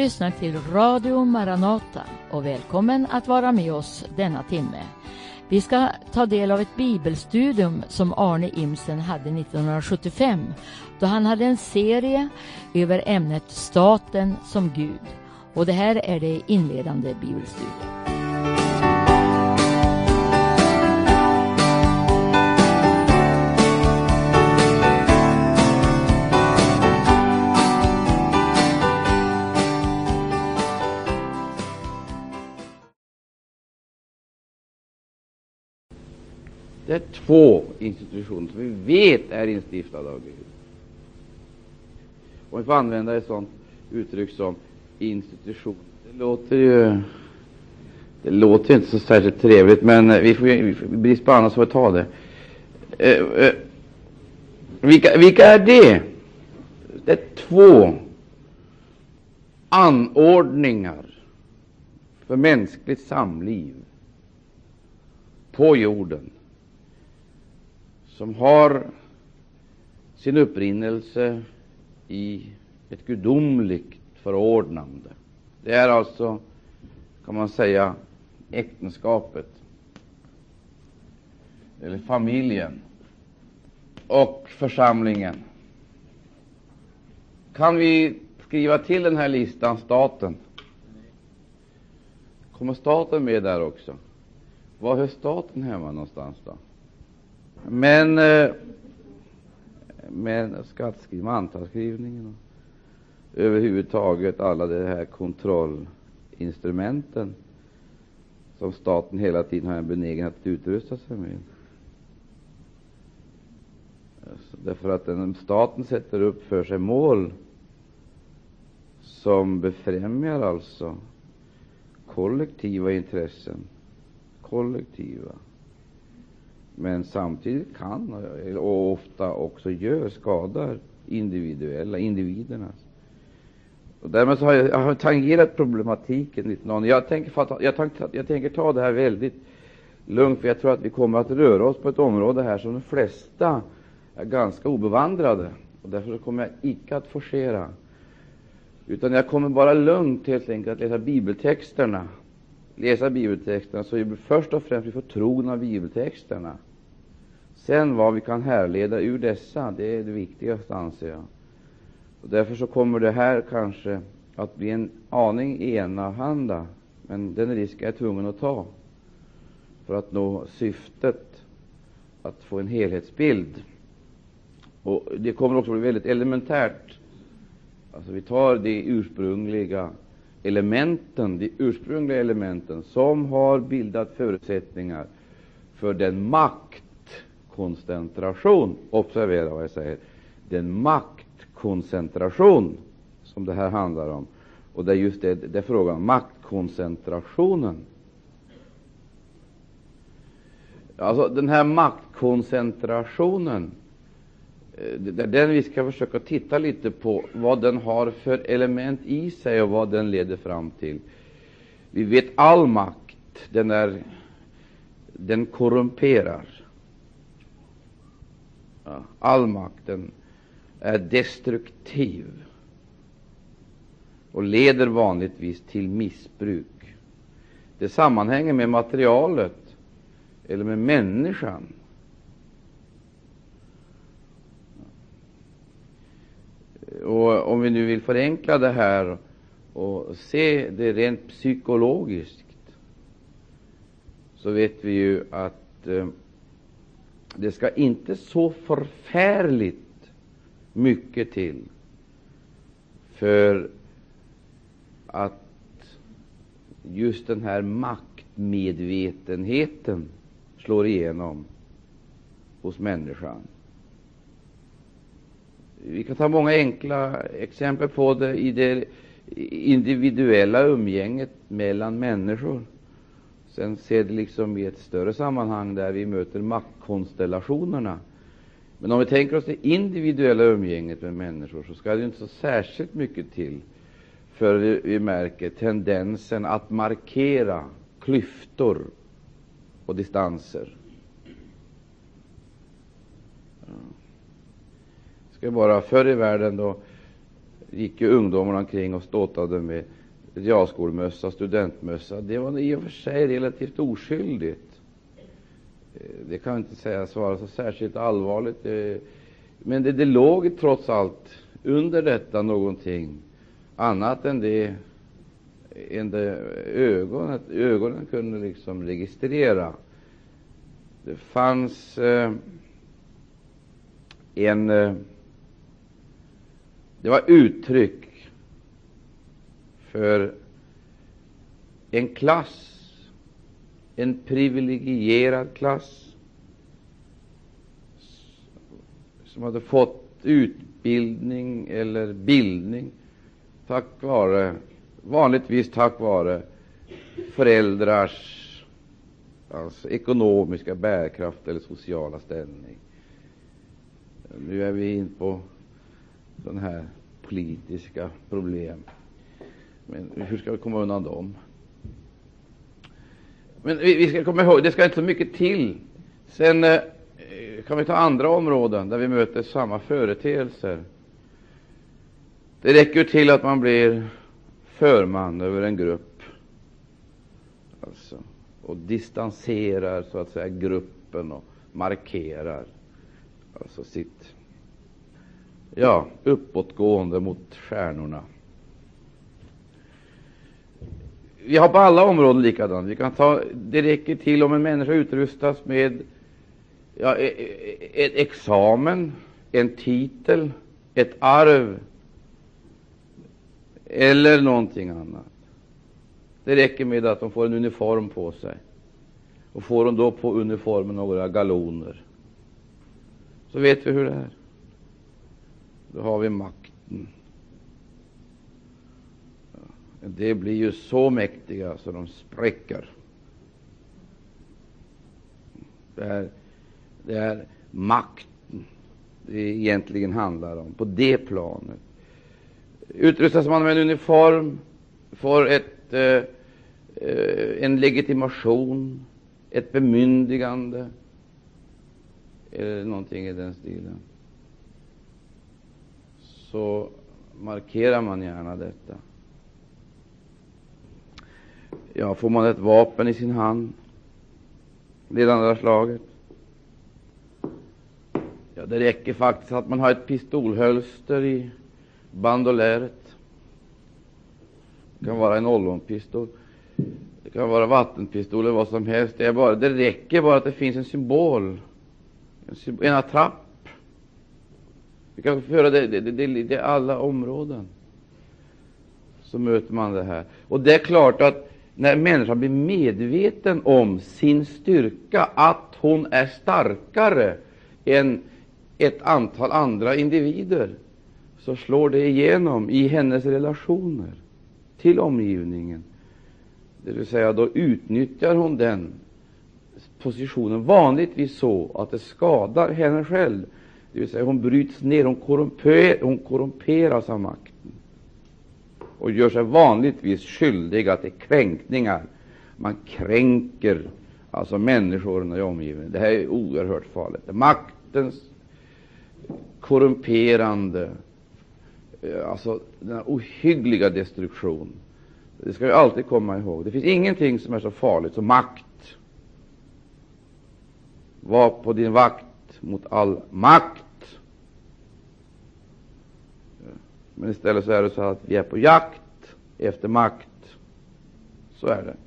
lyssnar till Radio Maranata och välkommen att vara med oss denna timme. Vi ska ta del av ett bibelstudium som Arne Imsen hade 1975, då han hade en serie över ämnet Staten som Gud. Och det här är det inledande bibelstudiet. Det är två institutioner som vi vet är instiftade av Gud. Om vi får använda ett sådant uttryck som institution. Det låter inte så särskilt trevligt, men vi får brist på annat så vi tar det. Vilka är det? Det är två anordningar för mänskligt samliv på jorden, som har sin upprinnelse i ett gudomligt förordnande. Det är alltså, kan man säga, äktenskapet, eller familjen och församlingen. Kan vi skriva till den här listan staten? Kommer staten med där också? Var hör staten hemma någonstans då? Men skattskrivning, mantalsskrivningen och överhuvudtaget alla de här kontrollinstrumenten som staten hela tiden har en benägenhet att utrusta sig med. Därför att staten sätter upp för sig mål som befrämjar alltså kollektiva intressen, men samtidigt kan och ofta också skadar individernas. Och därmed så har jag tangerat problematiken lite. Jag tänker ta det här väldigt lugnt, för jag tror att vi kommer att röra oss på ett område här som de flesta är ganska obevandrade, och därför kommer jag icke att forcera, utan jag kommer bara lugnt helt enkelt att läsa bibeltexterna, så vi först och främst vi får tron av bibeltexterna. Sen vad vi kan härleda ur dessa, det är det viktigaste, anser jag. Och därför så kommer det här kanske att bli en aning enahanda, men den risken är jag tvungen att ta för att nå syftet att få en helhetsbild. Och det kommer också bli väldigt elementärt. Alltså vi tar de ursprungliga elementen som har bildat förutsättningar för den maktkoncentration, observera vad jag säger, den maktkoncentration som det här handlar om. Och det är just det är frågan om maktkoncentrationen. Alltså den här maktkoncentrationen, det är den vi ska försöka titta lite på, vad den har för element i sig och vad den leder fram till. Vi vet all makt, den korrumperar. Ja, all makt, den är destruktiv och leder vanligtvis till missbruk. Det sammanhänger med materialet eller med människan. Och om vi nu vill förenkla det här och se det rent psykologiskt, så vet vi ju att det ska inte så förfärligt mycket till för att just den här maktmedvetenheten slår igenom hos människan. Vi kan ta många enkla exempel på det i det individuella umgänget mellan människor. Sen ser det liksom i ett större sammanhang där vi möter maktkonstellationerna. Men om vi tänker oss det individuella umgänget med människor, så ska det inte så särskilt mycket till för vi märker tendensen att markera klyftor och distanser. Ska bara förr i världen då gick ju ungdomarna omkring och ståtade med specialskolmössa, studentmössa, det var i och för sig relativt oskyldigt. Det kan inte sägas vara så särskilt allvarligt. Men det låg trots allt under detta någonting annat än det ögonen kunde liksom registrera. Det fanns det var uttryck för en klass, en privilegierad klass som hade fått utbildning eller bildning vanligtvis tack vare föräldrars ekonomiska bärkraft eller sociala ställning. Nu är vi in på sådana här politiska problem. Men hur ska vi komma undan dem? Men vi ska komma ihåg, det ska inte så mycket till. Sen kan vi ta andra områden där vi möter samma företeelser. Det räcker till att man blir förman över en grupp. Och distanserar så att säga gruppen och markerar sitt uppåtgående mot stjärnorna. Vi har på alla områden likadant. Vi kan det räcker till om en människa utrustas med ett examen, en titel, ett arv eller någonting annat. Det räcker med att de får en uniform på sig. Och får de då på uniformen några galoner, så vet vi hur det är. Då har vi makten. Det blir ju så mäktiga så de spräcker. Det är makten det egentligen handlar om på det planet. Utrustas man med en uniform, får en legitimation, ett bemyndigande eller någonting i den stilen, så markerar man gärna detta. Får man ett vapen i sin hand, det andra slaget, det räcker faktiskt att man har ett pistolhölster i bandoläret. Det kan vara en ollonpistol, det kan vara vattenpistol eller vad som helst. Det räcker bara att det finns en symbol, en attrapp. Vi kan föra det alla områden. Så möter man det här. Och det är klart att när människan blir medveten om sin styrka, att hon är starkare än ett antal andra individer, så slår det igenom i hennes relationer till omgivningen. Det vill säga, då utnyttjar hon den positionen vanligtvis så att det skadar henne själv. Det vill säga, hon bryts ner, hon korrumperas av makten och gör sig vanligtvis skyldiga till kränkningar. Man kränker människorna i omgivningen. Det här är oerhört farligt. Maktens korrumperande, den här ohyggliga destruktion. Det ska vi alltid komma ihåg. Det finns ingenting som är så farligt som makt. Var på din vakt mot all makt. Men istället så är det så att vi är på jakt efter makt. Så är det.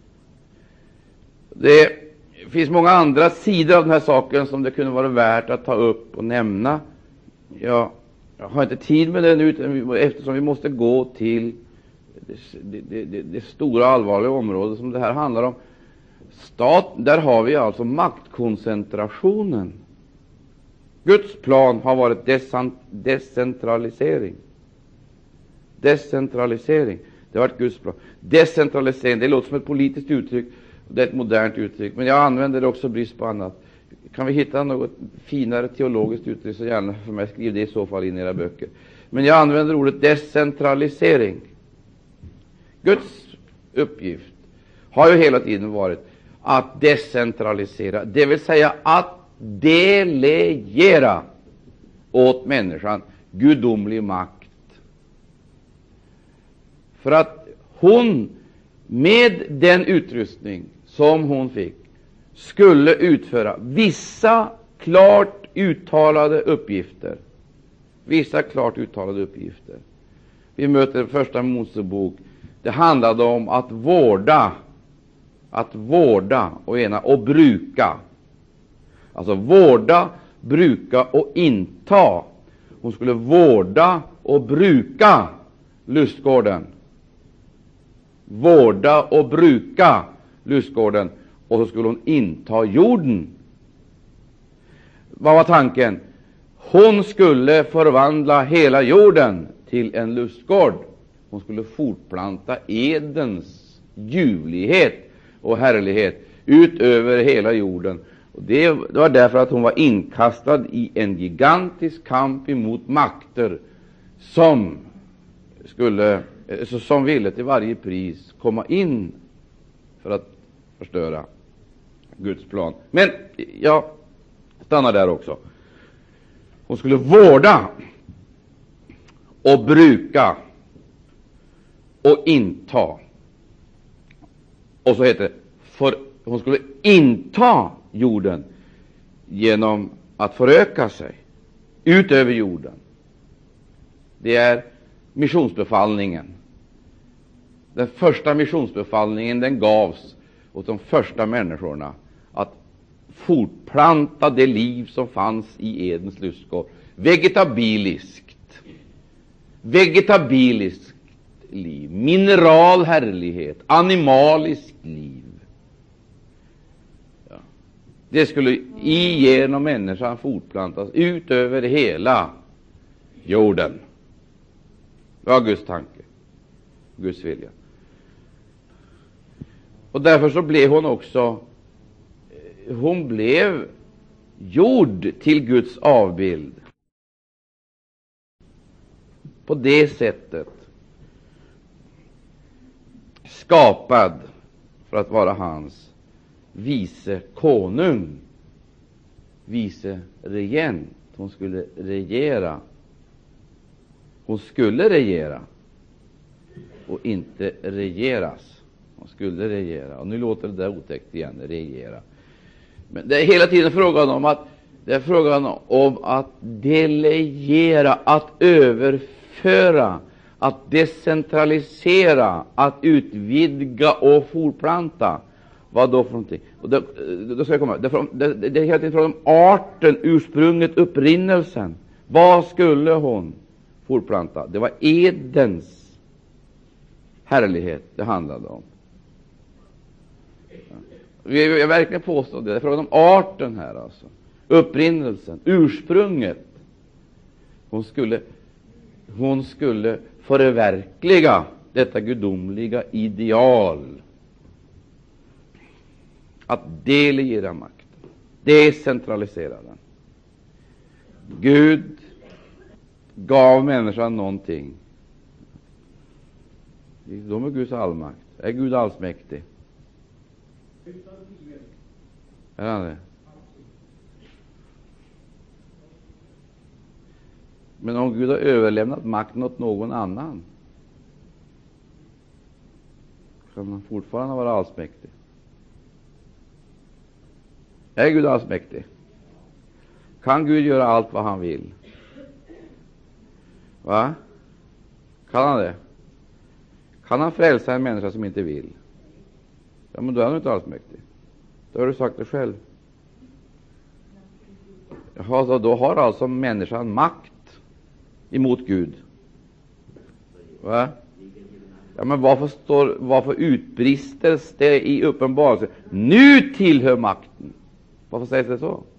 Det finns många andra sidor av den här saken som det kunde vara värt att ta upp och nämna. Jag har inte tid med det nu, eftersom vi måste gå till det stora allvarliga område som det här handlar om. Där har vi alltså maktkoncentrationen. Guds plan har varit decentralisering. Decentralisering, det har varit Guds plan. Decentralisering, det låter som ett politiskt uttryck, det är ett modernt uttryck, men jag använder det också brist på annat. Kan vi hitta något finare teologiskt uttryck, så gärna för mig, skriv det i så fall in i era böcker. Men jag använder ordet decentralisering. Guds uppgift har ju hela tiden varit att decentralisera, det vill säga att delegera åt människan gudomlig makt, för att hon med den utrustning som hon fick skulle utföra vissa klart uttalade uppgifter. Vissa klart uttalade uppgifter. Vi möter första Mosebok. Det handlade om att vårda och bruka. Alltså vårda, bruka och inta. Hon skulle vårda och bruka lustgården. Vårda och bruka lustgården. Och så skulle hon inta jorden. Vad var tanken? Hon skulle förvandla hela jorden till en lustgård. Hon skulle fortplanta Edens ljuvlighet och härlighet ut över hela jorden. Och det var därför att hon var inkastad i en gigantisk kamp emot makter som ville till varje pris komma in för att förstöra Guds plan. Men jag stannar där också. Hon skulle vårda och bruka och inta. Och så heter det, hon skulle inta jorden genom att föröka sig utöver jorden. Det är missionsbefallningen. Den första missionsbefallningen, den gavs åt de första människorna, att fortplanta det liv som fanns i Edens lustgård. Vegetabiliskt liv, mineral härlighet, animaliskt liv. Ja. Det skulle genom människan fortplantas ut över hela jorden. Det var Guds tanke, Guds vilja. Och därför så blev hon blev gjord till Guds avbild. På det sättet skapad för att vara hans vice konung, vice regent. Hon skulle regera. Hon skulle regera och inte regeras. Hon skulle regera. Och nu låter det där otäckt igen, regera. Men det är hela tiden frågan om att delegera, att överföra, att decentralisera, att utvidga och fortplanta. Vad då för någonting? Och då ska jag komma. Det är hela tiden frågan om arten, ursprunget, upprinnelsen. Vad skulle hon fortplanta? Det var Edens härlighet det handlade om. Jag verkligen påstår det. Det är frågan om arten här, alltså. Upprinnelsen, ursprunget. Hon skulle förverkliga detta gudomliga ideal. Att delegera makten, decentralisera den. Gud gav människan någonting. De är Guds allmakt. Är Gud allsmäktig? Är han det? Men om Gud har överlämnat makten åt någon annan, kan han fortfarande vara allsmäktig? Är Gud allsmäktig? Kan Gud göra allt vad han vill? Va? Kan han det? Kan han frälsa en människa som inte vill? Ja, men då är han inte allsmäktig. Då har du sagt det själv. Jaha, så då har alltså människan makt emot Gud. Va? Ja, men varför utbrister det i uppenbarelse? Nu tillhör makten. Varför sägs det så?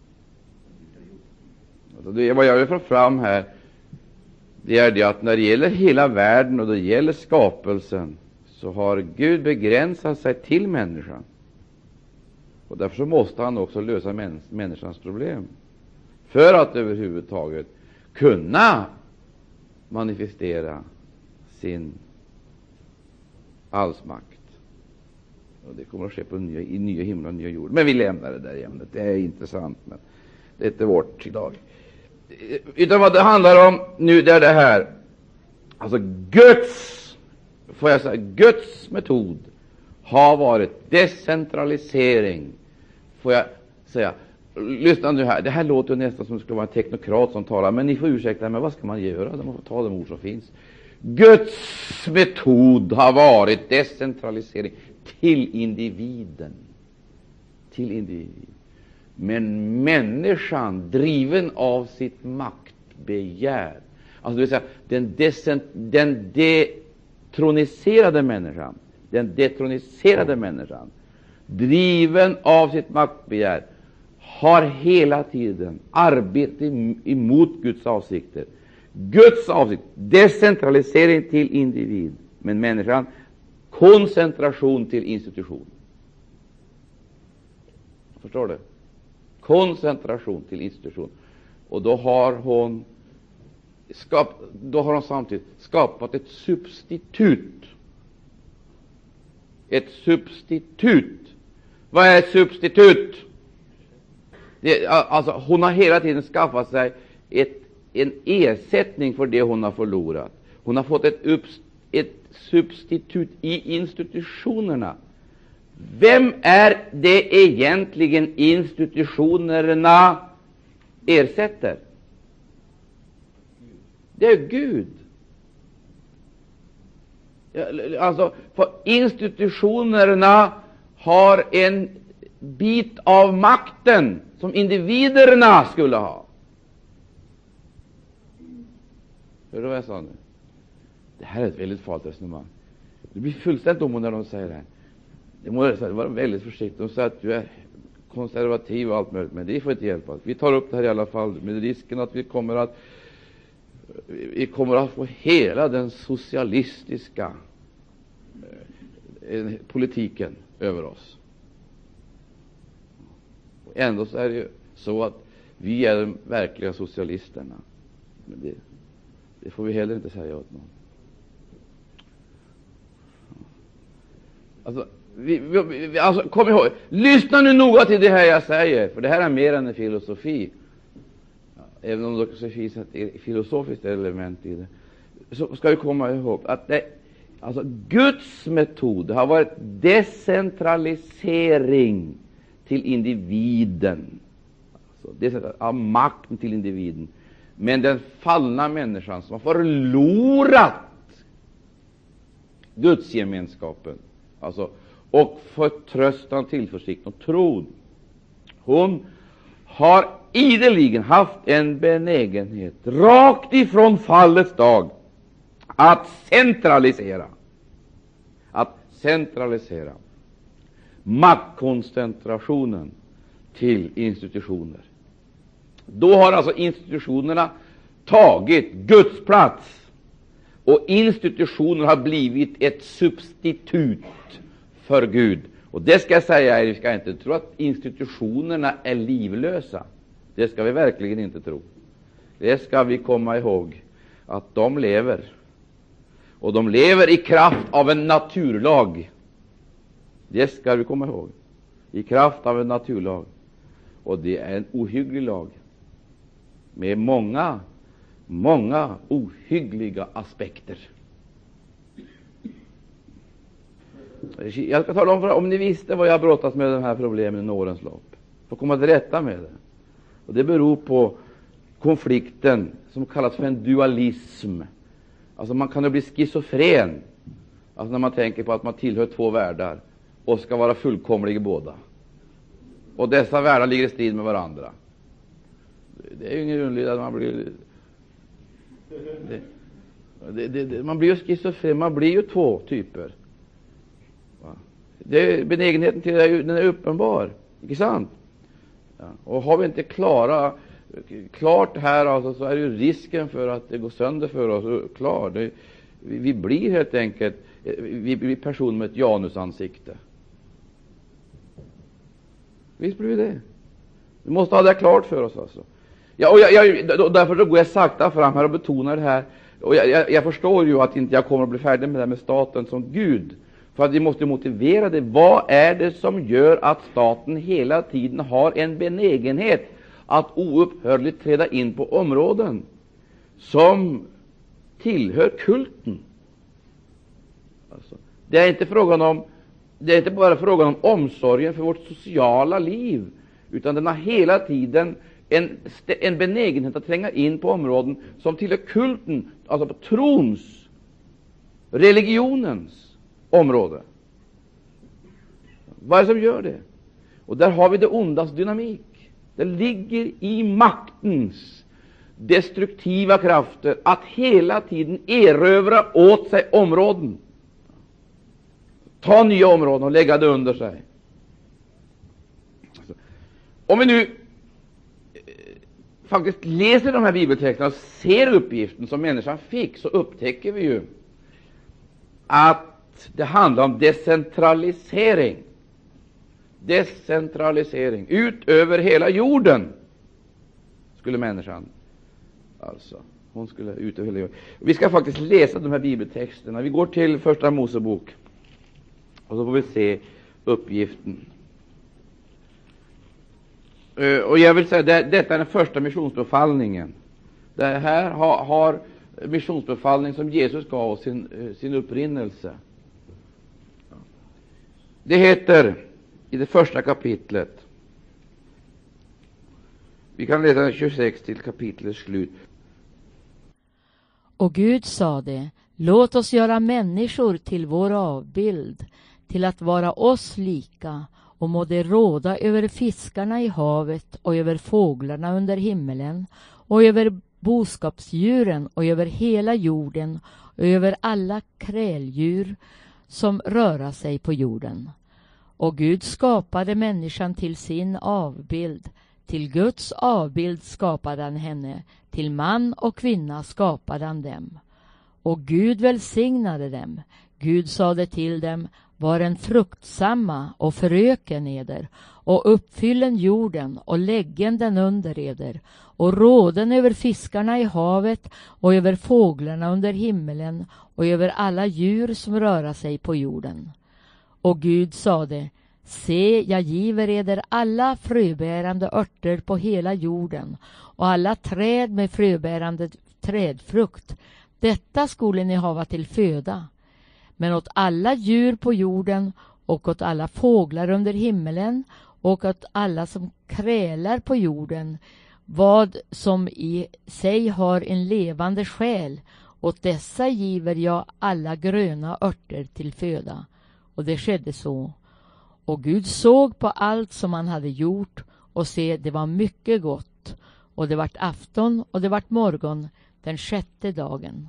Alltså vad jag vill få fram här, det är det att när det gäller hela världen och det gäller skapelsen, så har Gud begränsat sig till människan. Och därför så måste han också lösa människans problem för att överhuvudtaget kunna manifestera sin allsmakt. Och det kommer att ske i nya himmel och nya jord. Men vi lämnar det där ämnet. Det är intressant, men det är inte vårt idag. Utan vad det handlar om nu, det är det här. Alltså Guds får jag säga, Guds metod har varit decentralisering. Får jag säga, lyssna nu här, det här låter nästan som det skulle vara en teknokrat som talar, men ni får ursäkta, men vad ska man göra? Man får ta de ord som finns. Guds metod har varit decentralisering till individen. Till individen. Men människan, driven av sitt maktbegär, alltså det vill säga den detroniserade människan, driven av sitt maktbegär, har hela tiden arbetat emot Guds avsikter. Guds avsikt, decentralisering till individ, men människan, koncentration till institution. Förstår du? Koncentration till institution. Och då har hon samtidigt skapat ett substitut. Ett substitut. Vad är ett substitut? Alltså, hon har hela tiden skaffat sig en ersättning för det hon har förlorat. Hon har fått ett substitut i institutionerna. Vem är det egentligen institutionerna ersätter? Det är Gud. Alltså, för institutionerna har en bit av makten som individerna skulle ha. Hör du vad jag sa nu? Det här är ett väldigt farligt resonemang. Det blir fullständigt om när de säger det här. Det måste vara väldigt försiktigt. De säger att du är konservativ och allt möjligt, men det får inte hjälpa. Vi tar upp det här i alla fall med risken att vi kommer att få hela den socialistiska politiken över oss. Och ändå så är det ju så att vi är de verkliga socialisterna. Men det får vi heller inte säga åt någon. Alltså, kom ihåg, lyssna nu noga till det här jag säger, för det här är mer än en filosofi. Även om det finns ett filosofiskt element i det, så ska vi komma ihåg att Guds metod har varit decentralisering till individen, alltså av makten till individen. Men den fallna människan som har förlorat Guds gemenskapen, alltså, och förtröstan, tillförsikt och tron, hon har ideligen haft en benägenhet rakt ifrån fallets dag att centralisera maktkoncentrationen till institutioner. Då har alltså institutionerna tagit Guds plats, och institutioner har blivit ett substitut för Gud. Och det ska jag säga, vi ska inte tro att institutionerna är livlösa. Det ska vi verkligen inte tro. Det ska vi komma ihåg, att de lever. Och de lever i kraft av en naturlag. Det ska vi komma ihåg. I kraft av en naturlag. Och det är en ohygglig lag. Med många ohyggliga aspekter. Jag ska tala om för er, om ni visste vad jag brottas med de här problemen i årens lopp, för att komma till rätta med det. Och det beror på konflikten som kallas för en dualism. Alltså man kan ju bli schizofren, alltså när man tänker på att man tillhör två världar och ska vara fullkomlig i båda. Och dessa världar ligger i strid med varandra. Det är ju ingen underligt att man blir... man blir ju schizofren, man blir ju två typer. Benägenheten till det, den är uppenbar, inte sant? Ja. Och har vi inte klart här, alltså, så är det ju risken för att det går sönder för oss klar. Vi blir helt enkelt vi blir personer med ett janusansikte. Visst blir vi det. Vi måste ha det klart för oss alltså. Ja, och därför då går jag sakta fram här och betonar det här. Och jag förstår ju att inte jag kommer att bli färdig med det här med staten som Gud. För att vi måste motivera det. Vad är det som gör att staten hela tiden har en benägenhet att oupphörligt träda in på områden som tillhör kulten? Alltså, det är inte bara frågan om omsorgen för vårt sociala liv, utan den har hela tiden en benägenhet att tränga in på områden som tillhör kulten, alltså på trons, religionens område. Vad är det som gör det? Och där har vi det ondas dynamik. Det ligger i maktens destruktiva krafter att hela tiden erövra åt sig områden, ta nya områden och lägga det under sig. Om vi nu faktiskt läser de här bibeltexterna och ser uppgiften som människan fick, så upptäcker vi ju att det handlar om decentralisering. Decentralisering. Ut över hela jorden skulle människan, alltså, hon skulle ut över hela jorden. Vi ska faktiskt läsa de här bibeltexterna. Vi går till Första Mosebok och så får vi se uppgiften. Och jag vill säga, detta är den första missionsbefallningen. Det här har missionsbefallning som Jesus gav oss sin upprinnelse. Det heter i det första kapitlet, vi kan läsa 26 till kapitlets slut. Och Gud sade: låt oss göra människor till vår avbild, till att vara oss lika, och må det råda över fiskarna i havet och över fåglarna under himmelen och över boskapsdjuren och över hela jorden och över alla kräldjur som röra sig på jorden. Och Gud skapade människan till sin avbild. Till Guds avbild skapade han henne. Till man och kvinna skapade han dem. Och Gud välsignade dem. Gud sade till dem: var en fruktsamma och föröken eder, och uppfyllen jorden och läggen den under eder, och råden över fiskarna i havet och över fåglarna under himmelen och över alla djur som röra sig på jorden. Och Gud sade: se, jag giver eder alla fröbärande örter på hela jorden och alla träd med fröbärande trädfrukt. Detta skulle ni hava till föda. Men åt alla djur på jorden och åt alla fåglar under himmelen och åt alla som krälar på jorden, vad som i sig har en levande själ, åt dessa giver jag alla gröna örter till föda. Och det skedde så. Och Gud såg på allt som han hade gjort, och se, det var mycket gott. Och det vart afton och det vart morgon den 6:e dagen.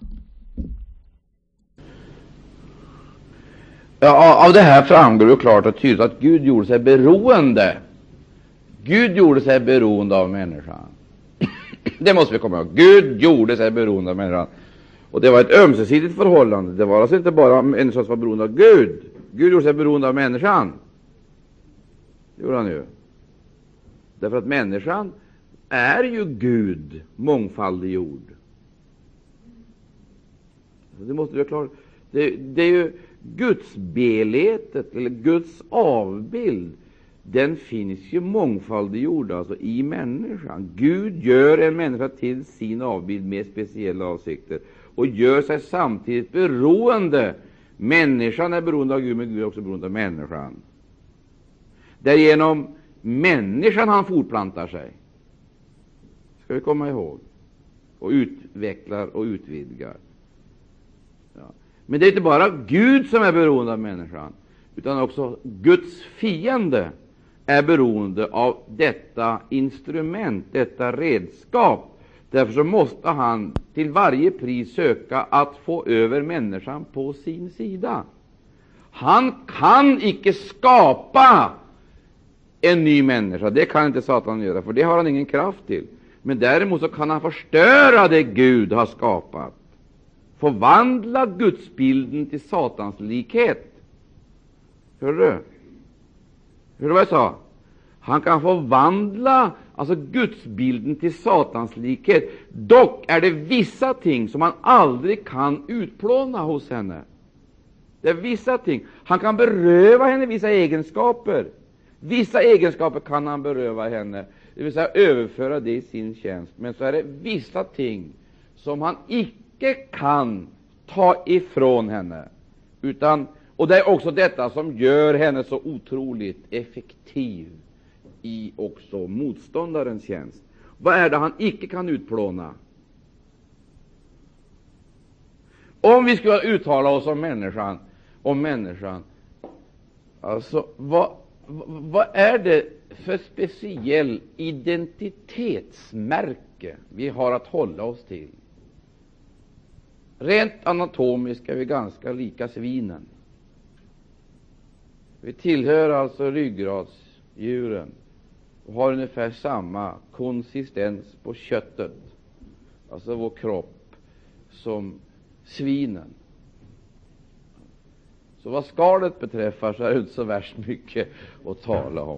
Ja, av det här framgår ju klart och tydligt att Gud gjorde sig beroende. Gud gjorde sig beroende av människan. Det måste vi komma ihåg. Gud gjorde sig beroende av människan. Och det var ett ömsesidigt förhållande. Det var alltså inte bara människan som var beroende av Gud. Gud gjorde sig beroende av människan. Det gjorde han ju. Därför att människan är ju Gud mångfaldiggjord. Det måste vi ha klart. Det är ju Guds beletet, eller Guds avbild, den finns ju mångfaldiggjord alltså i människan. Gud gör en människa till sin avbild med speciella avsikter och gör sig samtidigt beroende. Människan är beroende av Gud, men Gud är också beroende av människan. Därigenom människan han fortplantar sig, ska vi komma ihåg, och utvecklar och utvidgar. Ja. Men det är inte bara Gud som är beroende av människan, utan också Guds fiende är beroende av detta instrument, detta redskap. Därför så måste han till varje pris söka att få över människan på sin sida. Han kan icke skapa en ny människa, det kan inte Satan göra, för det har han ingen kraft till. Men däremot så kan han förstöra det Gud har skapat, förvandla gudsbilden till Satans likhet. Hör du? Hör du vad jag sa? Han kan förvandla alltså gudsbilden till Satans likhet. Dock är det vissa ting som han aldrig kan utplåna hos henne. Det är vissa ting. Han kan beröva henne vissa egenskaper. Vissa egenskaper kan han beröva henne, det vill säga överföra det i sin tjänst. Men så är det vissa ting som han icke kan ta ifrån henne. Och det är också detta som gör henne så otroligt effektiv i också motståndarens tjänst. Vad är det han icke kan utplåna? Om vi skulle uttala oss om människan, alltså vad är det för speciell identitetsmärke vi har att hålla oss till? Rent anatomiskt är vi ganska lika svinen. Vi tillhör alltså ryggradsdjuren och har ungefär samma konsistens på köttet, alltså vår kropp, som svinen. Så vad skalet beträffar så är det inte så värst mycket att tala om.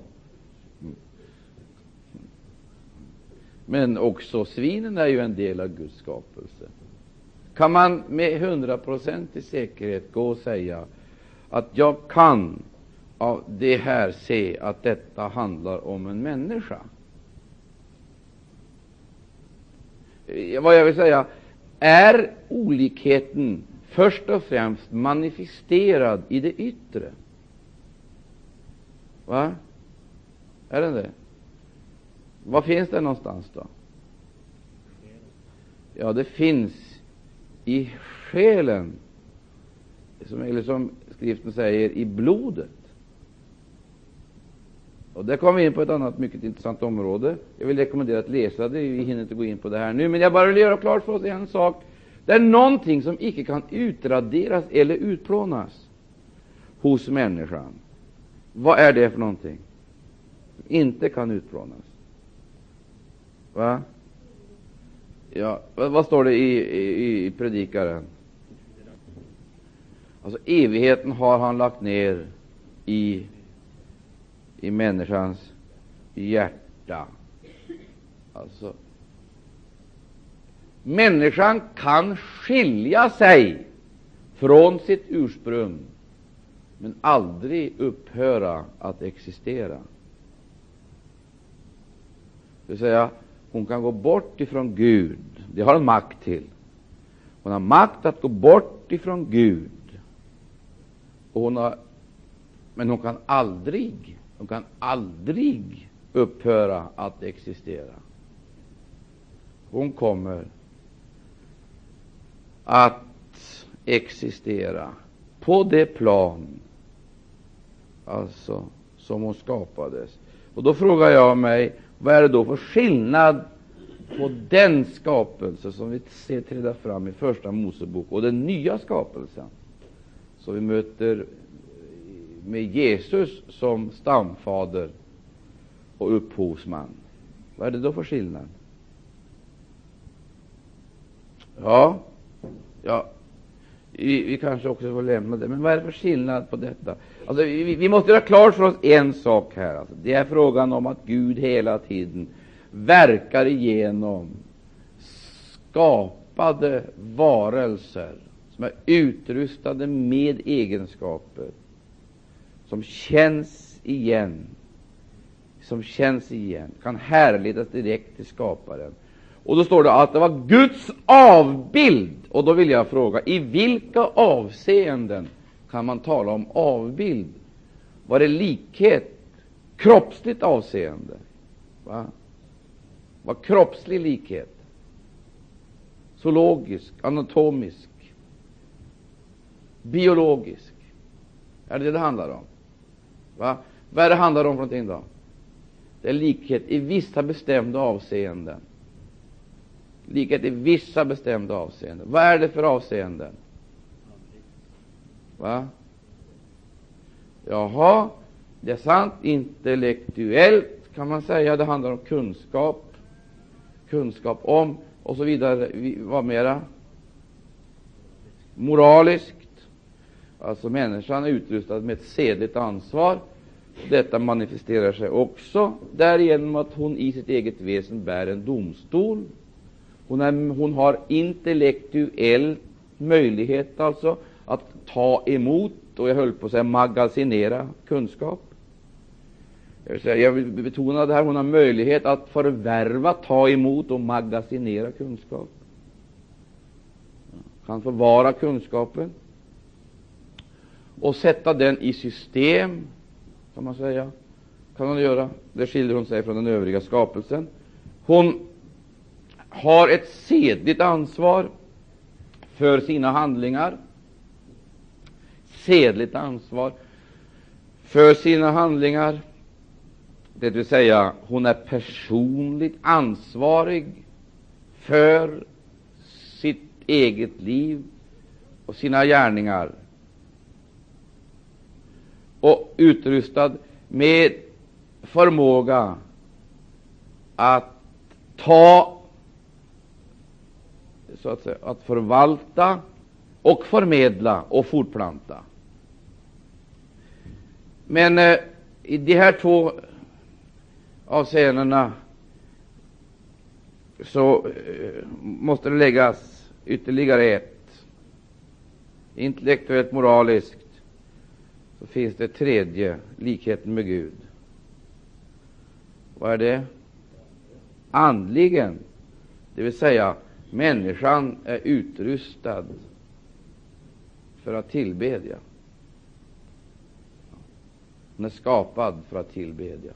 Men också svinen är ju en del av Guds skapelse. Kan man med 100% säkerhet gå och säga att jag kan av det här se att detta handlar om en människa? Vad jag vill säga är olikheten först och främst manifesterad i det yttre. Va? Är den det? Var finns det någonstans då? Ja, det finns i själen, som skriften säger, i blodet. Och där kommer vi in på ett annat mycket intressant område. Jag vill rekommendera att läsa det. Vi hinner inte gå in på det här nu, men jag bara vill göra klart för oss en sak. Det är någonting som icke kan utraderas eller utplånas hos människan. Vad är det för någonting? Inte kan utplånas. Va? Ja, vad står det i predikaren? Alltså evigheten har han lagt ner i människans hjärta. Alltså människan kan skilja sig från sitt ursprung men aldrig upphöra att existera. Det vill säga, hon kan gå bort ifrån Gud. Det har hon makt till. Hon har makt att gå bort ifrån Gud. Och men hon kan aldrig upphöra att existera. Hon kommer att existera på det plan, alltså, som hon skapades. Och då frågar jag mig, vad är det då för skillnad på den skapelse som vi ser träda fram i första Mosebok och den nya skapelsen som vi möter med Jesus som stamfader och upphovsman? Vad är det då för skillnad? Ja, vi kanske också får lämna det. Men vad är det för skillnad på detta? Alltså, vi måste göra klart för oss en sak här. Alltså, det är frågan om att Gud hela tiden verkar igenom skapade varelser som är utrustade med egenskaper som känns igen, kan härledas direkt till skaparen. Och då står det att det var Guds avbild. Och då vill jag fråga, i vilka avseenden kan man tala om avbild? Var det likhet, kroppsligt avseende? Va? Var kroppslig likhet? Zoologisk, anatomisk, biologisk? Är det handlar om? Va? Vad är det handlar om för någonting då? Det är likhet i vissa bestämda avseenden. Likhet i vissa bestämda avseenden. Vad är det för avseenden? Va? Jaha, det är sant. Intellektuellt kan man säga. Det handlar om kunskap om och så vidare. Vad mera? Moraliskt. Alltså människan är utrustad med ett sedligt ansvar. Detta manifesterar sig också därigenom att hon i sitt eget väsen bär en domstol. Hon har intellektuell möjlighet alltså att ta emot, och jag höll på att säga magasinera kunskap. Jag vill betona det här, hon har möjlighet att förvärva, ta emot och magasinera kunskap. Kan förvara kunskapen. och sätta den i system, kan man säga. Kan hon göra. Det skiljer hon sig från den övriga skapelsen. Hon har ett sedligt ansvar för sina handlingar. Sedligt ansvar för sina handlingar. Det vill säga, hon är personligt ansvarig för sitt eget liv och sina gärningar. Och utrustad med förmåga att ta, så att säga, att förvalta och förmedla och fortplanta. Men i de här två avseendena så måste det läggas ytterligare ett. Intellektuellt, moraliskt, så finns det tredje, likheten med Gud. Vad är det? Andligen, det vill säga människan är utrustad för att tillbedja. Hon är skapad för att tillbedja.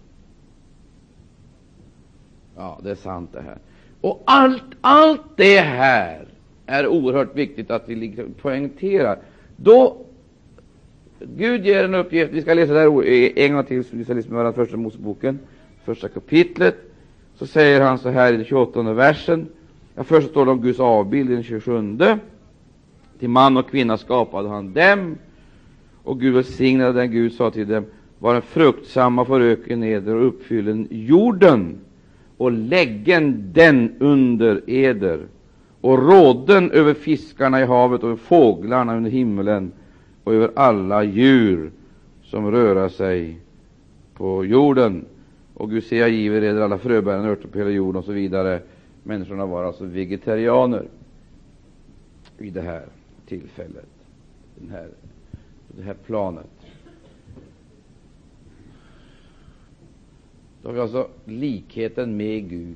Ja, det är sant det här. Och allt det här är oerhört viktigt att vi liksom poängterar. Då Gud ger en uppgift, vi ska läsa där en gång till, vi ska läsa med första Moseboken, första kapitlet, så säger han så här i den 28:e versen. Ja, först står det om Guds avbild i den 27:e. Till man och kvinna skapade han dem, och Gud välsignade den. Gud sa till dem: var en fruktsamma, föröken eder och uppfyllen jorden och läggen den under eder, och råden över fiskarna i havet och över fåglarna under himmelen och över alla djur som rör sig på jorden. Och Gud säger: jag giver eder alla fröbärande örter på hela jorden, och så vidare. Människorna var alltså vegetarianer i det här tillfället, det här planet. Då har vi alltså likheten med Gud.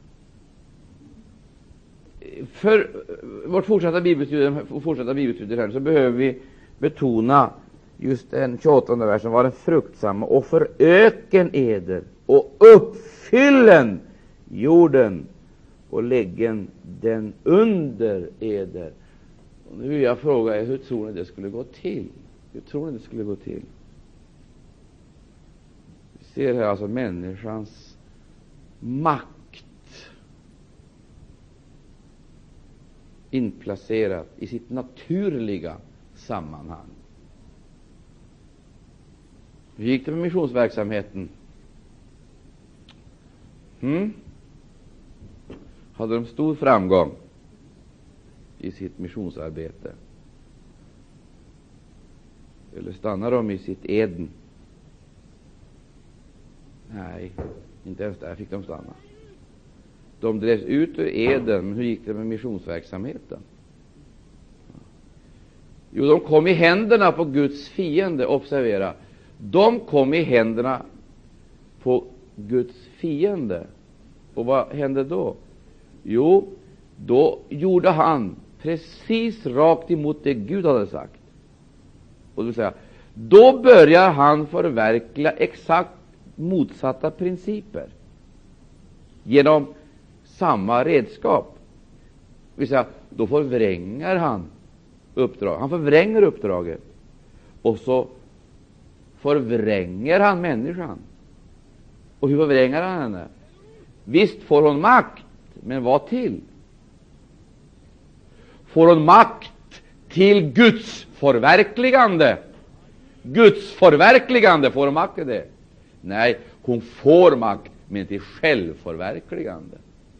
För vårt fortsatta bibelstudier här så behöver vi betona just den 28:e versen: var en fruktsamma och föröken eder och uppfyllen jorden och läggen den under eder. Och nu vill jag fråga er, hur tror ni det skulle gå till? Hur tror ni det skulle gå till? Vi ser här alltså människans makt inplacerat i sitt naturliga sammanhang. Hur gick det med missionsverksamheten? Hade de stor framgång i sitt missionsarbete? Eller stannar de i sitt Eden? Nej, inte ens där fick de stanna. De drevs ut ur Eden, men hur gick det med missionsverksamheten? Jo, de kom i händerna på Guds fiende. Observera, de kom i händerna på Guds fiende. Och vad hände då? Jo, då gjorde han precis rakt emot det Gud hade sagt. Och det vill säga, då börjar han förverkliga exakt motsatta principer genom samma redskap. Det vill säga, då förvränger han uppdrag. Han förvränger uppdraget, och så förvränger han människan. Och hur förvränger han henne? Visst får hon makt, men vad till? Får hon makt till Guds förverkligande? Guds förverkligande, får hon makt till det? Nej, hon får makt, men till självförverkligande.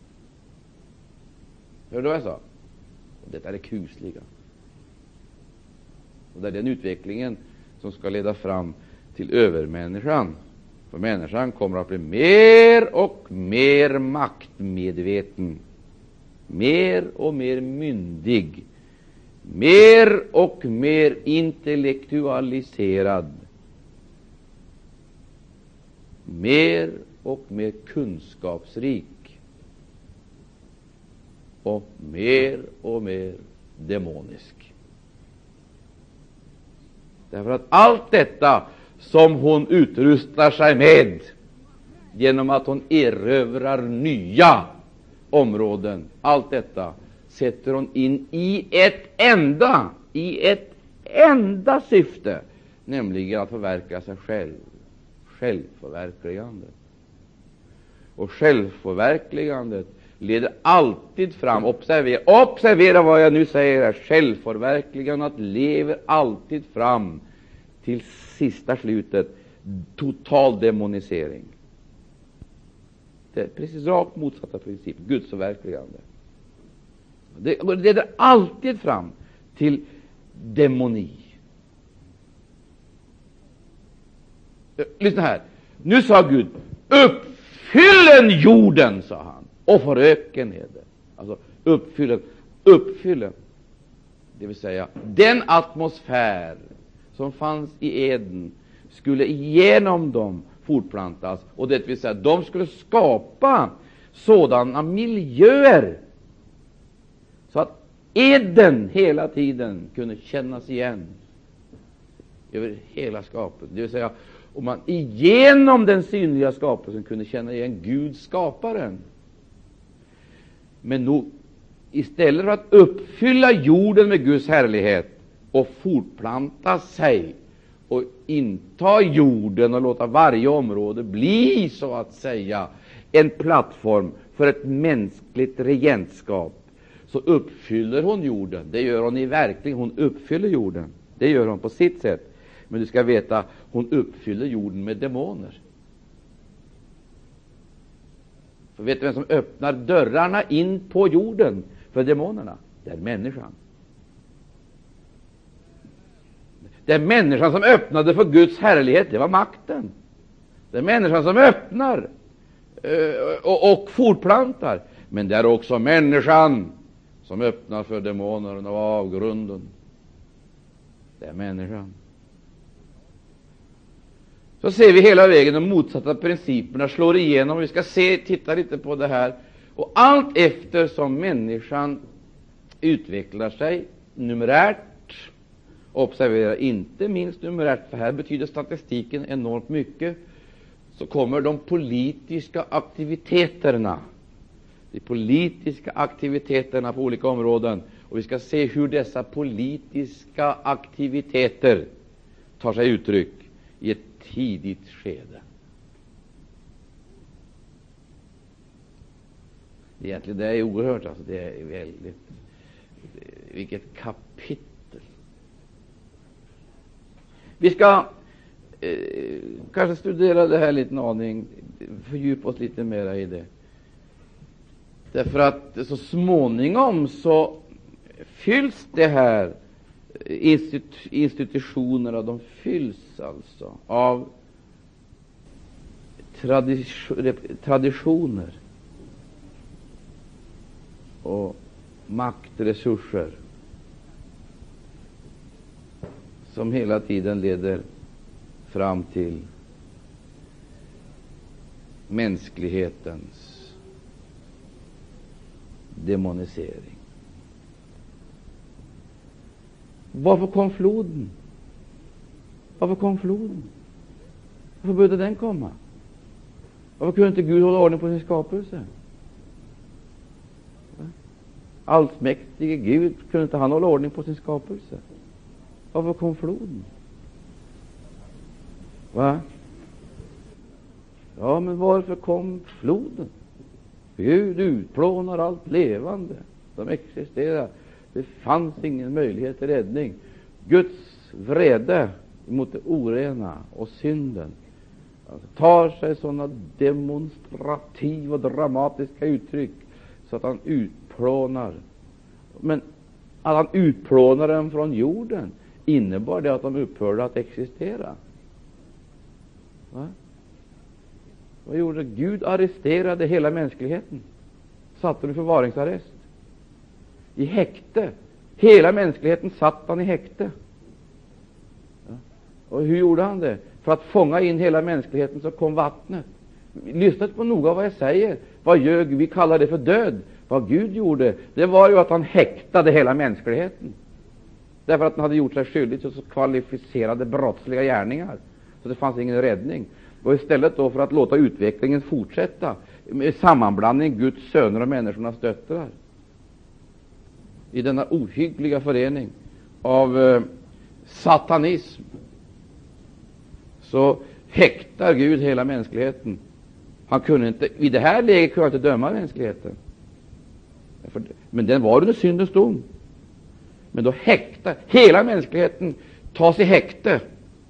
Hör du vad jag sa? Detta är det kusliga. Och det är den utvecklingen som ska leda fram till övermänniskan. För människan kommer att bli mer och mer maktmedveten, mer och mer myndig, mer och mer intellektualiserad, mer och mer kunskapsrik och mer demonisk. Därför att allt detta som hon utrustar sig med genom att hon erövrar nya områden, allt detta sätter hon in i ett enda syfte, nämligen att förverkliga sig själv. Självförverkligandet. Och självförverkligandet leder alltid fram, observera vad jag nu säger här, självförverkligandet lever alltid fram till sista slutet, total demonisering. Det är precis rakt motsatta princip, Guds förverkligande. Det leder alltid fram till demoni. Lyssna här. Nu sa Gud, uppfyllen jorden, sa han, och föröken är det. Alltså uppfyllen. Det vill säga, den atmosfär som fanns i Eden skulle genom dem fortplantas, och det vill säga, de skulle skapa sådana miljöer så att Eden hela tiden kunde kännas igen över hela skapelsen. Det vill säga, om man igenom den synliga skapelsen kunde känna igen Gud, skaparen. Men nog, istället för att uppfylla jorden med Guds härlighet och fortplanta sig och inta jorden och låta varje område bli, så att säga, en plattform för ett mänskligt regentskap, så uppfyller hon jorden. Det gör hon i verkligen. Hon uppfyller jorden. Det gör hon på sitt sätt. Men du ska veta, hon uppfyller jorden med demoner. För vet du vem som öppnar dörrarna in på jorden för demonerna? Det är människan. Det är människan som öppnade för Guds härlighet. Det var makten. Det är människan som öppnar och fortplantar. Men det är också människan som öppnar för demonerna och avgrunden. Det är människan. Så ser vi hela vägen de motsatta principerna slår igenom. Vi ska titta lite på det här. Och allt efter som människan utvecklar sig numerärt, observera inte minst numerärt, för här betyder statistiken enormt mycket, så kommer de politiska aktiviteterna. De politiska aktiviteterna på olika områden. Och vi ska se hur dessa politiska aktiviteter tar sig uttryck i ett tidigt skede. Egentligen det är oerhört, alltså det är väldigt, vilket kapitel. Vi ska kanske studera det här lite en aning, fördjupa oss lite mer i det. Därför att så småningom så fylls det här institutionerna, de fylls alltså av traditioner och maktresurser som hela tiden leder fram till mänsklighetens demonisering. Varför kom floden? Varför kom floden? Varför började den komma? Varför kunde inte Gud hålla ordning på sin skapelse? Allsmäktige Gud, kunde inte han hålla ordning på sin skapelse? Varför kom floden? Va? Ja, men varför kom floden? Gud utplånar allt levande som existerar. Det fanns ingen möjlighet till räddning. Guds vrede mot det orena och synden tar sig sådana demonstrativa och dramatiska uttryck så att han utplånar. Men att han utplånar dem från jorden innebar det att de upphörde att existera. Va? Vad gjorde Gud? Arresterade hela mänskligheten. Satte den i förvaringsarrest. I häkte. Hela mänskligheten satt han i häkte. Ja. Och hur gjorde han det? För att fånga in hela mänskligheten så kom vattnet. Lyssna på noga vad jag säger. Vad gör vi kallar det för död. Vad Gud gjorde, det var ju att han häktade hela mänskligheten. därför att han hade gjort sig skyldig till så kvalificerade brottsliga gärningar, så det fanns ingen räddning. Och istället då för att låta utvecklingen fortsätta med sammanblandning Guds söner och människornas döttrar i denna ohyggliga förening av satanism, så häktar Gud hela mänskligheten. Han kunde inte, i det här läget kunde han inte döma mänskligheten, men den var under syndens dom. Men då häktar hela mänskligheten, tas i häkte.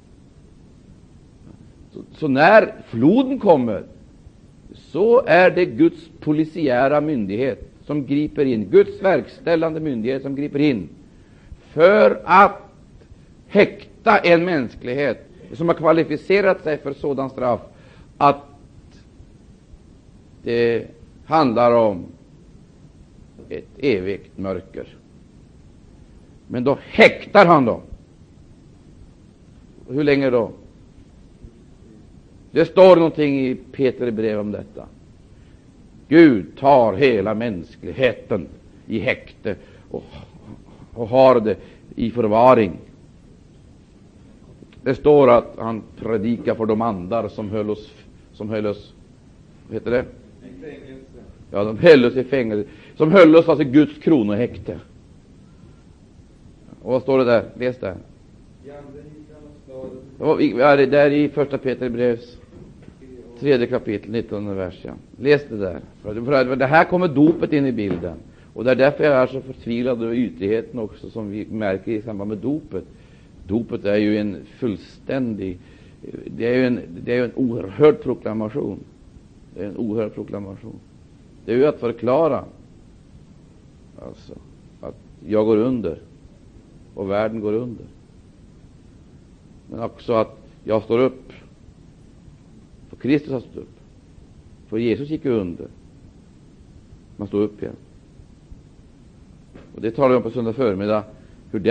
Så när floden kommer, så är det Guds polisiära myndighet som griper in, Guds verkställande myndighet som griper in för att häkta en mänsklighet som har kvalificerat sig för sådan straff att det handlar om ett evigt mörker. Men då häktar han dem. Hur länge då? Det står någonting i Petri brev om detta. Gud tar hela mänskligheten i häkte och har det i förvaring. Det står att han predikar för de andar som höll oss, vad heter det? Ja, de höll oss i fängelse. Som höll oss alltså i Guds kronohäkte. Och vad står det där? Läs där. Det är i första Petri brevs 3 kapitel 19 vers. Ja. Läs det där. För det här kommer dopet in i bilden. Och det är därför jag är så förtvivlad över ytligheten också, som vi märker i samband med dopet. Dopet är ju en fullständig, det är ju en oerhörd proklamation. Det är en oerhörd proklamation. Det är ju att förklara alltså att jag går under och världen går under. Men också att jag står upp, för Kristus har stått upp. För Jesus gick under. Man står upp igen. Och det talar vi om på söndag förmiddag, hur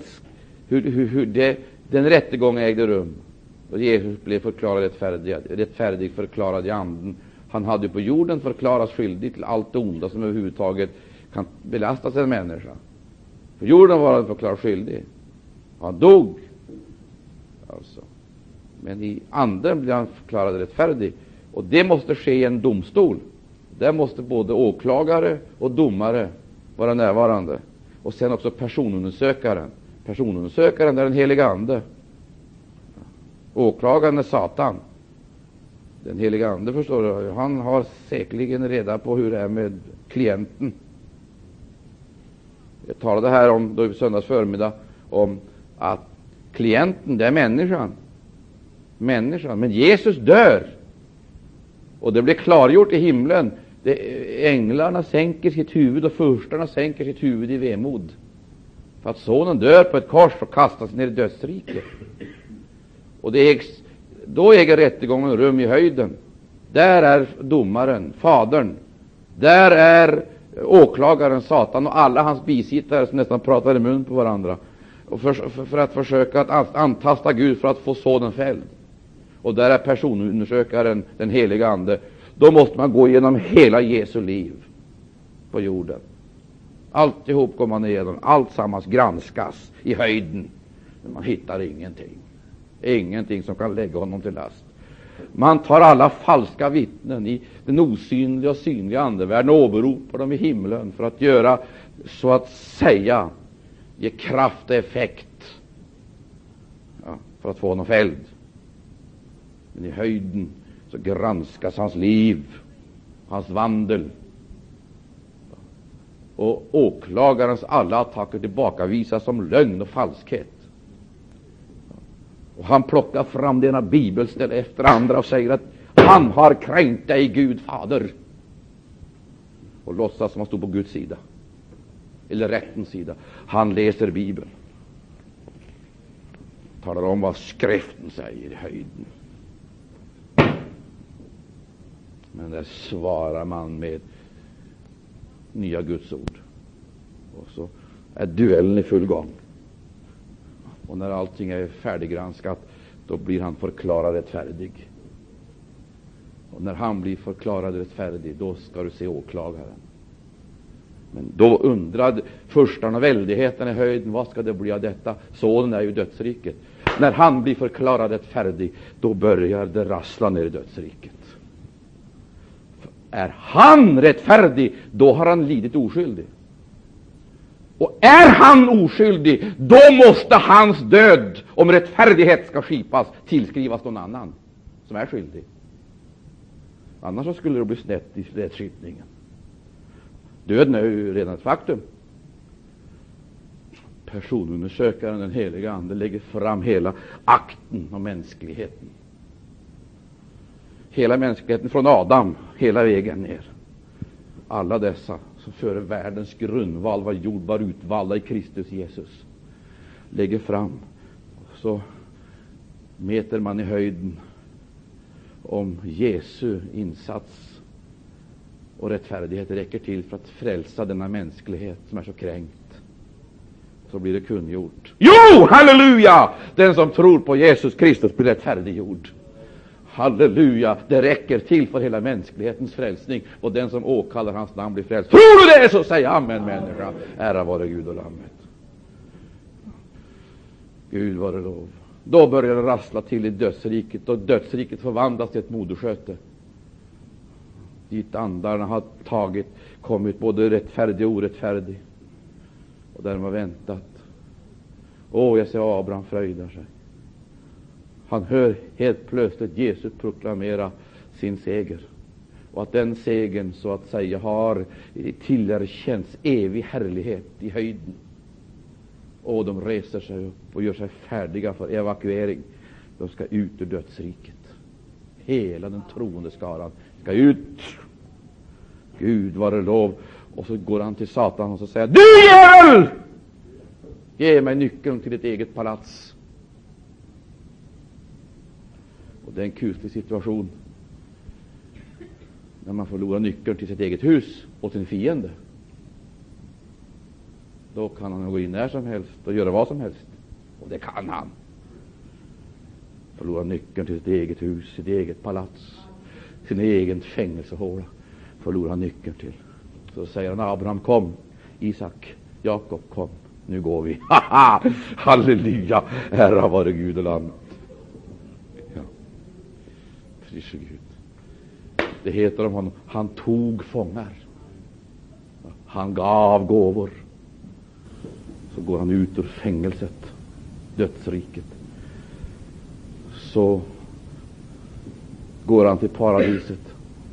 den rättegången ägde rum. Och Jesus blev förklarad rättfärdig förklarad i anden. Han hade på jorden förklarats skyldig till allt det onda som överhuvudtaget kan belastas en människa. På jorden var han förklarad skyldig. Han dog. Alltså. Men i anden blev han förklarad rättfärdig. Och det måste ske i en domstol. Där måste både åklagare och domare vara närvarande. Och sen också personundersökaren. Personundersökaren är den heliga ande. Åklagaren är Satan. Den heliga ande, förstår du, han har säkerligen reda på hur det är med klienten. Jag talade här om då i söndags förmiddag om att klienten, det är människan. Men Jesus dör. Och det blir klargjort i himlen. Änglarna sänker sitt huvud och furstarna sänker sitt huvud i vemod. För att sonen dör på ett kors och kastas ner i dödsriket. Och då äger rättegången rum i höjden. Där är domaren, fadern. Där är åklagaren, Satan, och alla hans bisittare som nästan pratar i mun på varandra. Och för att försöka att antasta Gud för att få sonen fälld. Och där är personundersökaren, den heliga ande. Då måste man gå igenom hela Jesu liv på jorden. Alltihop går man igenom. Allt sammans granskas i höjden. Men man hittar ingenting. Ingenting som kan lägga honom till last. Man tar alla falska vittnen i den osynliga och synliga andevärlden och åberopar dem i himlen för att göra, så att säga, ge kraft och effekt, för att få honom fälld. Men i höjden så granskas hans liv, hans vandel. Och åklagarens alla attacker tillbakavisas som lögn och falskhet. Och han plockar fram det ena bibelställe efter andra och säger att han har kränkt dig, Gud fader. Och låtsas som han stod på Guds sida. Eller rättens sida. Han läser Bibeln. Talar om vad skriften säger i höjden. Men där svarar man med nya Guds ord. Och så är duellen i full gång. Och när allting är färdiggranskat, då blir han förklarad rättfärdig. Och när han blir förklarad rättfärdig, då ska du se åklagaren. Men då undrade förstarna och väldigheten i höjden, vad ska det bli av detta? Sonen är ju dödsriket. När han blir förklarad rättfärdig, då börjar det rassla ner i dödsriket. Är han rättfärdig, då har han lidit oskyldig. Och är han oskyldig, då måste hans död, om rättfärdighet ska skipas, tillskrivas någon annan som är skyldig. Annars så skulle det bli snett i rättskipningen. Döden är ju redan ett faktum. Personundersökaren, den heliga ande, lägger fram hela akten om mänskligheten. Hela mänskligheten från Adam, hela vägen ner. Alla dessa som före världens grundval var gjord, var utvalda i Kristus Jesus, lägger fram. Så mäter man i höjden om Jesu insats och rättfärdighet räcker till för att frälsa denna mänsklighet som är så kränkt. Så blir det kungjort. Jo, halleluja! Den som tror på Jesus Kristus blir rättfärdiggjord. Halleluja! Det räcker till för hela mänsklighetens frälsning, och den som åkallar hans namn blir frälst. Tror du det, så säg amen, människa. Ära vare Gud och Lammet. Gud vare lov. Då börjar det rassla till i dödsriket, och dödsriket förvandlas till ett modersköte. Dit andarna har kommit både rättfärdig och orättfärdig. Och där de har väntat. Jag ser Abraham fröjdar sig. Han hör helt plötsligt Jesus proklamera sin seger. Och att den segern så att säga har tillerkänts evig härlighet i höjden. Och de reser sig upp och gör sig färdiga för evakuering. De ska ut ur dödsriket. Hela den troende skaran ska ut. Gud vare lov. Och så går han till Satan och så säger: du jävel! Ge mig nyckeln till ditt eget palats. Och det är en kuslig situation när man förlorar nyckeln till sitt eget hus och sin fiende. Då kan han gå in när som helst och göra vad som helst. Och det kan han. Förlora nyckeln till sitt eget hus, sitt eget palats, sin egen fängelsehåla. Förlorar han nyckeln till. Så säger han: Abraham, kom. Isak, Jakob, kom. Nu går vi. Halleluja. Ära vare Gud och Lammet. Ja. Pris Gud. Det heter om honom: han tog fångar. Han gav gåvor. Så går han ut ur fängelset, dödsriket. Så går han till paradiset.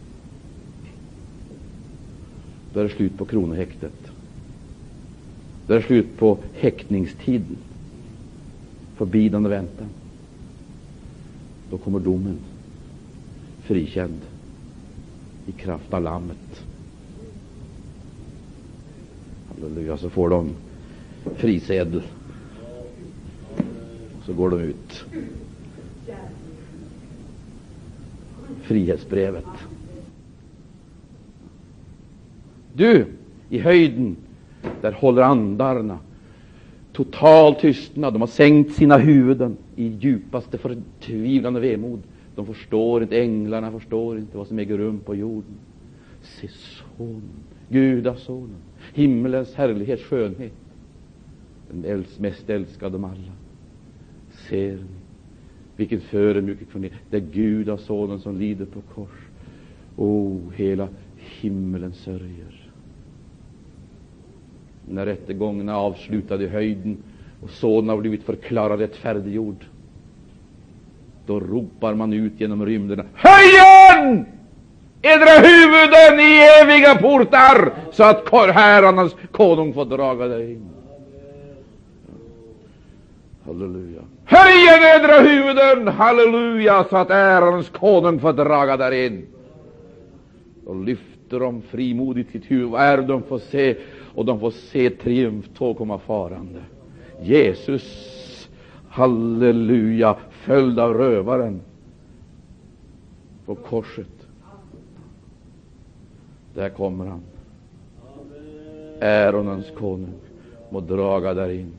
Där är slut på kronhäktet. Där är slut på häktningstiden. Förbidande väntan. Då kommer domen. Frikänd. I kraft av lammet. Halleluja. Så får de frisedel. Så går de ut. Frihetsbrevet. Du, i höjden, där håller andarna total tystnad. De har sänkt sina huvuden i djupaste förtvivlande vemod. De förstår inte, änglarna förstår inte vad som äger rum på jorden. Se son, Gudasonen, himmelens härlighet, skönhet, den mest älskade av alla. Ser ni vilket förödmjuket för ni? Det är Gudasonen som lider på kors. Hela himmelen sörjer. När rättegången är avslutad i höjden och sonen har blivit förklarad rättfärdiggjord, då ropar man ut genom rymderna: höjen edra huvuden i eviga portar, så att herrarnas konung får draga dig in. Halleluja. Höjen edra huvuden, halleluja, så att ärans konung får draga där in. Och lyfter de frimodigt sitt huvud, vad de får se, och de får se triumftåg komma farande. Jesus, halleluja, följd av rövaren på korset. Där kommer han. Äronens konung må draga där in.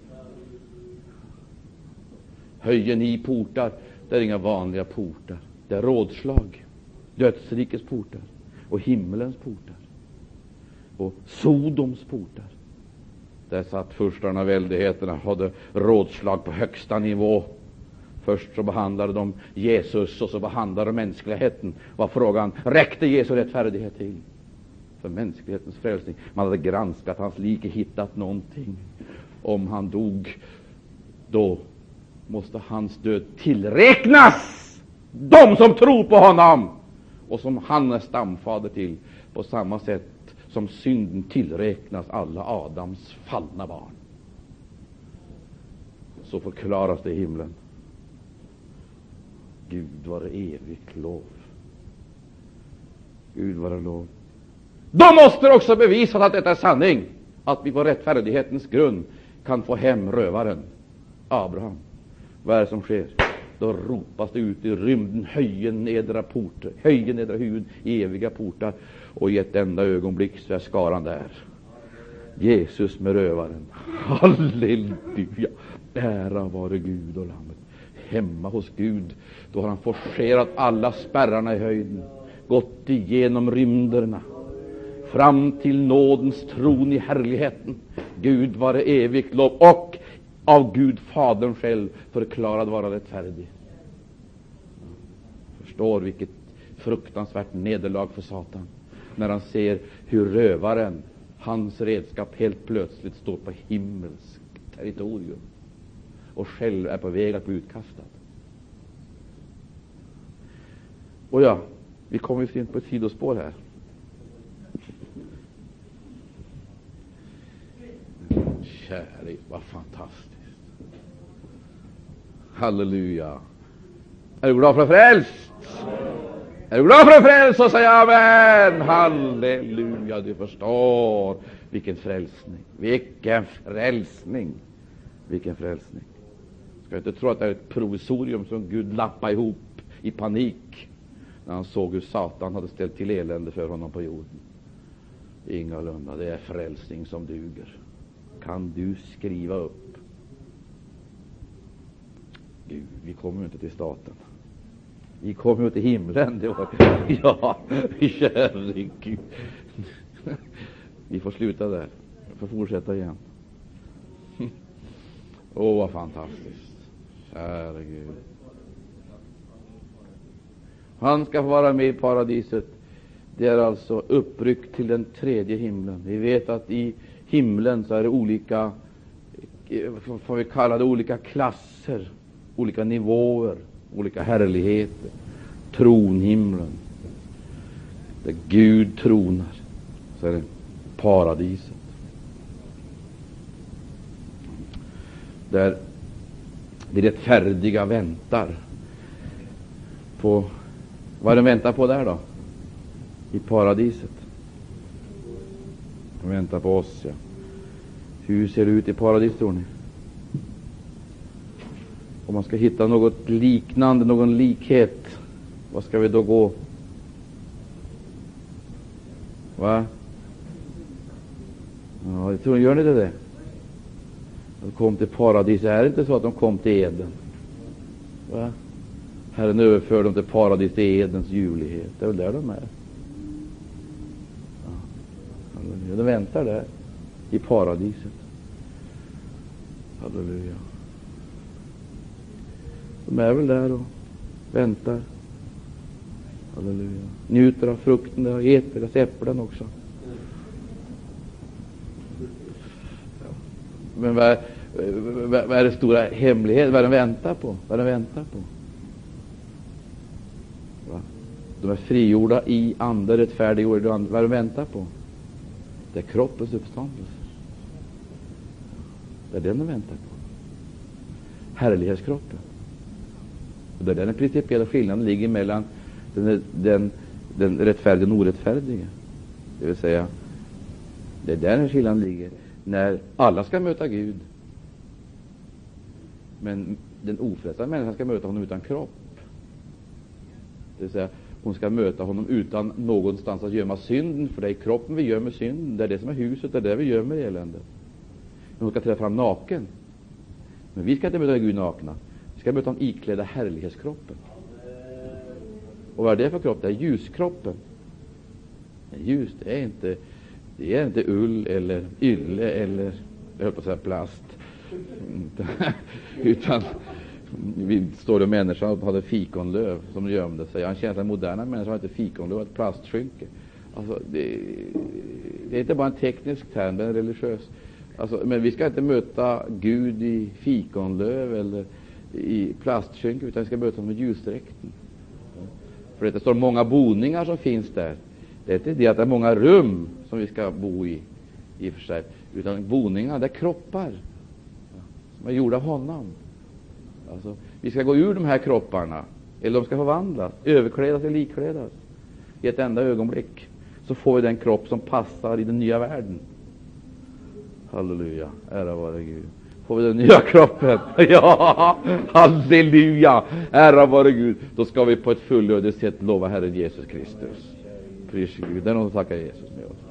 Höjen i portar, det är inga vanliga portar. Det är rådslag, dödsrikets portar och himmelens portar. och Sodoms portar. Där satt furstarna, väldigheterna, hade rådslag på högsta nivå. Först så behandlade de Jesus och så behandlade de mänskligheten. Var frågan, räckte Jesu rättfärdighet till för mänsklighetens frälsning? Man hade granskat hans lik, hittat någonting. Om han dog, då måste hans död tillräknas de som tror på honom och som han är stamfader till, på samma sätt som synden tillräknas alla Adams fallna barn. Så förklaras det i himlen. Gud vare evigt lov. Gud vare lov. Då måste det också bevisas att detta är sanning, att vi på rättfärdighetens grund kan få hem rövaren Abraham. Vad är det som sker? Då ropas det ut i rymden, höjen nedra portar, höjen nedra huvud i eviga portar, och i ett enda ögonblick så är skaran där. Jesus med rövaren. Halleluja! Ära vare Gud och lammet. Hemma hos Gud, då har han forcerat alla spärrarna i höjden, gått igenom rymderna fram till nådens tron i härligheten. Gud vare evigt lov, och av Gud Fadern själv förklarad vara rättfärdig. Förstår vilket fruktansvärt nederlag för Satan när han ser hur rövaren, hans redskap, helt plötsligt står på himmelskt territorium och själv är på väg att bli utkastad. Och ja, vi kommer in på ett sidospår här. Käre, vad fantastiskt. Halleluja. Är du glad för att frälst? Är du glad för att frälst? Så säger amen. Halleluja, du förstår. Vilken frälsning. Vilken frälsning. Vilken frälsning. Ska inte tro att det är ett provisorium som Gud lappade ihop i panik när han såg hur Satan hade ställt till elände för honom på jorden. Ingalunda, det är frälsning som duger. Kan du skriva upp? Gud, vi kommer ju inte till staten. Vi kommer ju till himlen. Det var, ja, käre Gud. Vi får sluta där. Vi får fortsätta igen. Åh, vad fantastiskt. Käre Gud. Han ska få vara med i paradiset. Det är alltså uppryckt till den tredje himlen. Vi vet att i himlen så är det olika, får vi kalla det, olika klasser, olika nivåer, olika härligheter. Tronhimlen, där Gud tronar, så är det paradiset. Där det rättfärdiga väntar på, vad är det väntar på där då? I paradiset. De väntar på oss, ja. Hur ser det ut i paradis, tror ni? Om man ska hitta något liknande, någon likhet, vad ska vi då gå? Va? Ja, jag tror, gör ni det? De kom till paradis. Är det inte så att de kom till Eden? Va? Herren överför dem till paradis, till Edens ljuvlighet. Det är väl där de är. Ja. De väntar där i paradiset. Halleluja. De är väl där och väntar. Halleluja. Njuter av frukten och äter deras äpplen också. Men vad är det stora hemlighet? Vad de väntar på? Vad de väntar på? Va? De är frigjorda i ande, rättfärdiggjorda. Vad de väntar på? Det är kroppens uppståndelse. Det är den de väntar på. Härlighetskroppen. Och det är den principiella skillnaden ligger mellan den rättfärdiga och orättfärdiga. Det vill säga, det är där den skillnaden ligger. När alla ska möta Gud, men den ofrälsta människan ska möta honom utan kropp. Det vill säga, hon ska möta honom utan någonstans att gömma synden, för det är i kroppen vi gömmer synden. Det är det som är huset, det är det vi gömmer eländet. Men hon ska träda fram naken. Men vi ska inte möta Gud nakna. Vi ska möta honom iklädda härlighetskroppen. Och vad är det för kropp? Det är ljuskroppen. Ljus, det är inte Det är inte ull eller ylle eller, jag höll på att säga plast. Utan vi står det människan hade fikonlöv som gömde sig. Han känner att moderna människor har inte fikonlöv, ett plastskynke. Alltså, det är inte bara en teknisk term, det är en religiös. Alltså, men vi ska inte möta Gud i fikonlöv eller i plastskynke, utan vi ska möta honom med ljusdräkten. För det står många boningar som finns där. Det är inte det att det är många rum som vi ska bo i och för sig, utan boningar, det är kroppar som är gjorda av honom. Alltså, vi ska gå ur de här kropparna, eller de ska förvandlas, överklädas eller likklädas i ett enda ögonblick. Så får vi den kropp som passar i den nya världen. Halleluja, ära vare Gud. Får vi den nya kroppen? Ja, halleluja, ära vare Gud. Då ska vi på ett fullödigt sätt lova Herren Jesus Kristus. Pris Gud, det är någon som tackar Jesus med oss.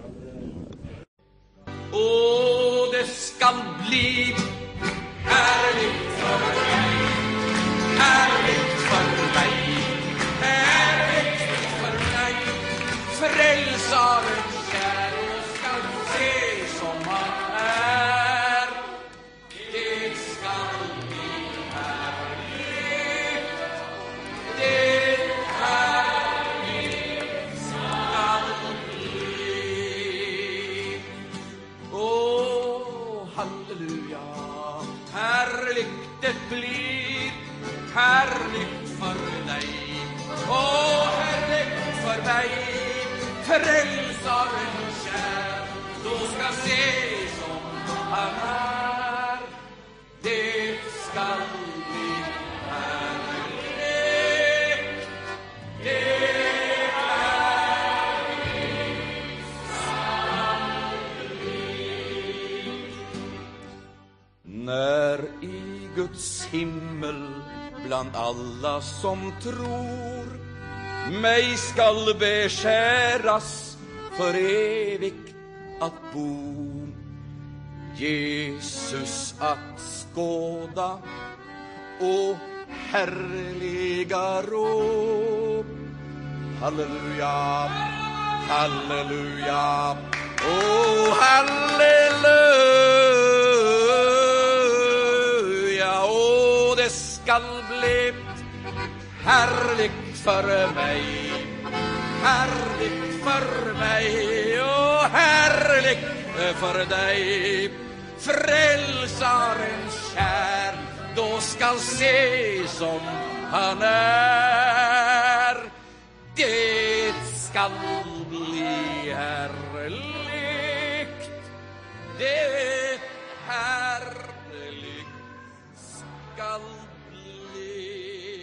Och det skall bli härligt för mig, härligt för mig, härligt för mig. Frälsaren kär och skall se som han är. Det skall bli härligt, det härligt skall bli. Åh, halleluja, härligt det blir, härligt för dig. Åh, härligt för mig, frälsaren kär, då ska se som han är. Det skall bli härligt, det härligt skall bli. När i Guds himmel bland alla som tror mig skall beskäras för evigt att bo, Jesus att skåda och härliga rå. Halleluja, halleluja, oh halleluja. Och det skall bli härligt för mig, härligt för mig och härligt för dig. Frälsaren kär, då skall se som han är. Det skall bli härligt, det härligt skall bli.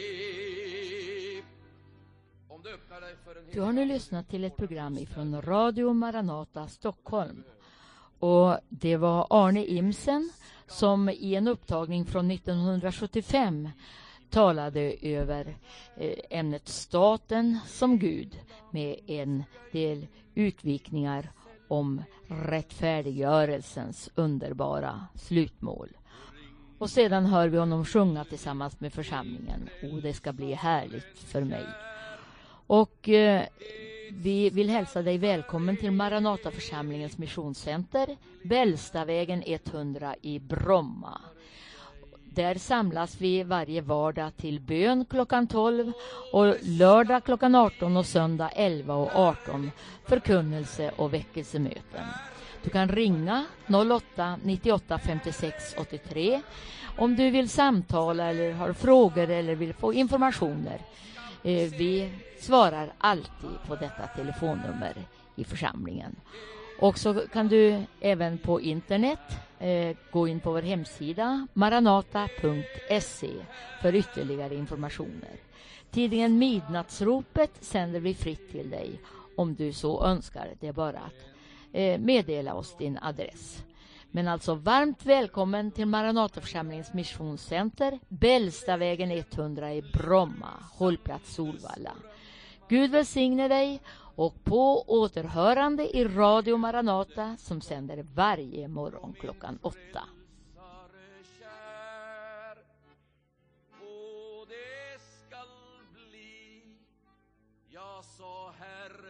Du har nu lyssnat till ett program ifrån Radio Maranata Stockholm. Och det var Arne Imsen som i en upptagning från 1975 talade över ämnet staten som Gud med en del utvikningar om rättfärdiggörelsens underbara slutmål. Och sedan hör vi honom sjunga tillsammans med församlingen. Och det ska bli härligt för mig. Och vi vill hälsa dig välkommen till Maranataförsamlingens missionscenter, Bällstavägen 100 i Bromma. Där samlas vi varje vardag till bön klockan 12 och lördag klockan 18 och söndag 11 och 18 förkunnelse och väckelsemöten. Du kan ringa 08 98 56 83 om du vill samtala eller har frågor eller vill få informationer. Vi svarar alltid på detta telefonnummer i församlingen. Och så kan du även på internet gå in på vår hemsida maranata.se för ytterligare informationer. Tidningen Midnattsropet sänder vi fritt till dig om du så önskar. Det är bara att meddela oss din adress. Men alltså varmt välkommen till Maranataförsamlingens missionscenter, Bällstavägen 100 i Bromma, hållplats Solvalla. Gud välsigne dig och på återhörande i Radio Maranata som sänder varje morgon klockan 8. Och det skall bli, ja så Herre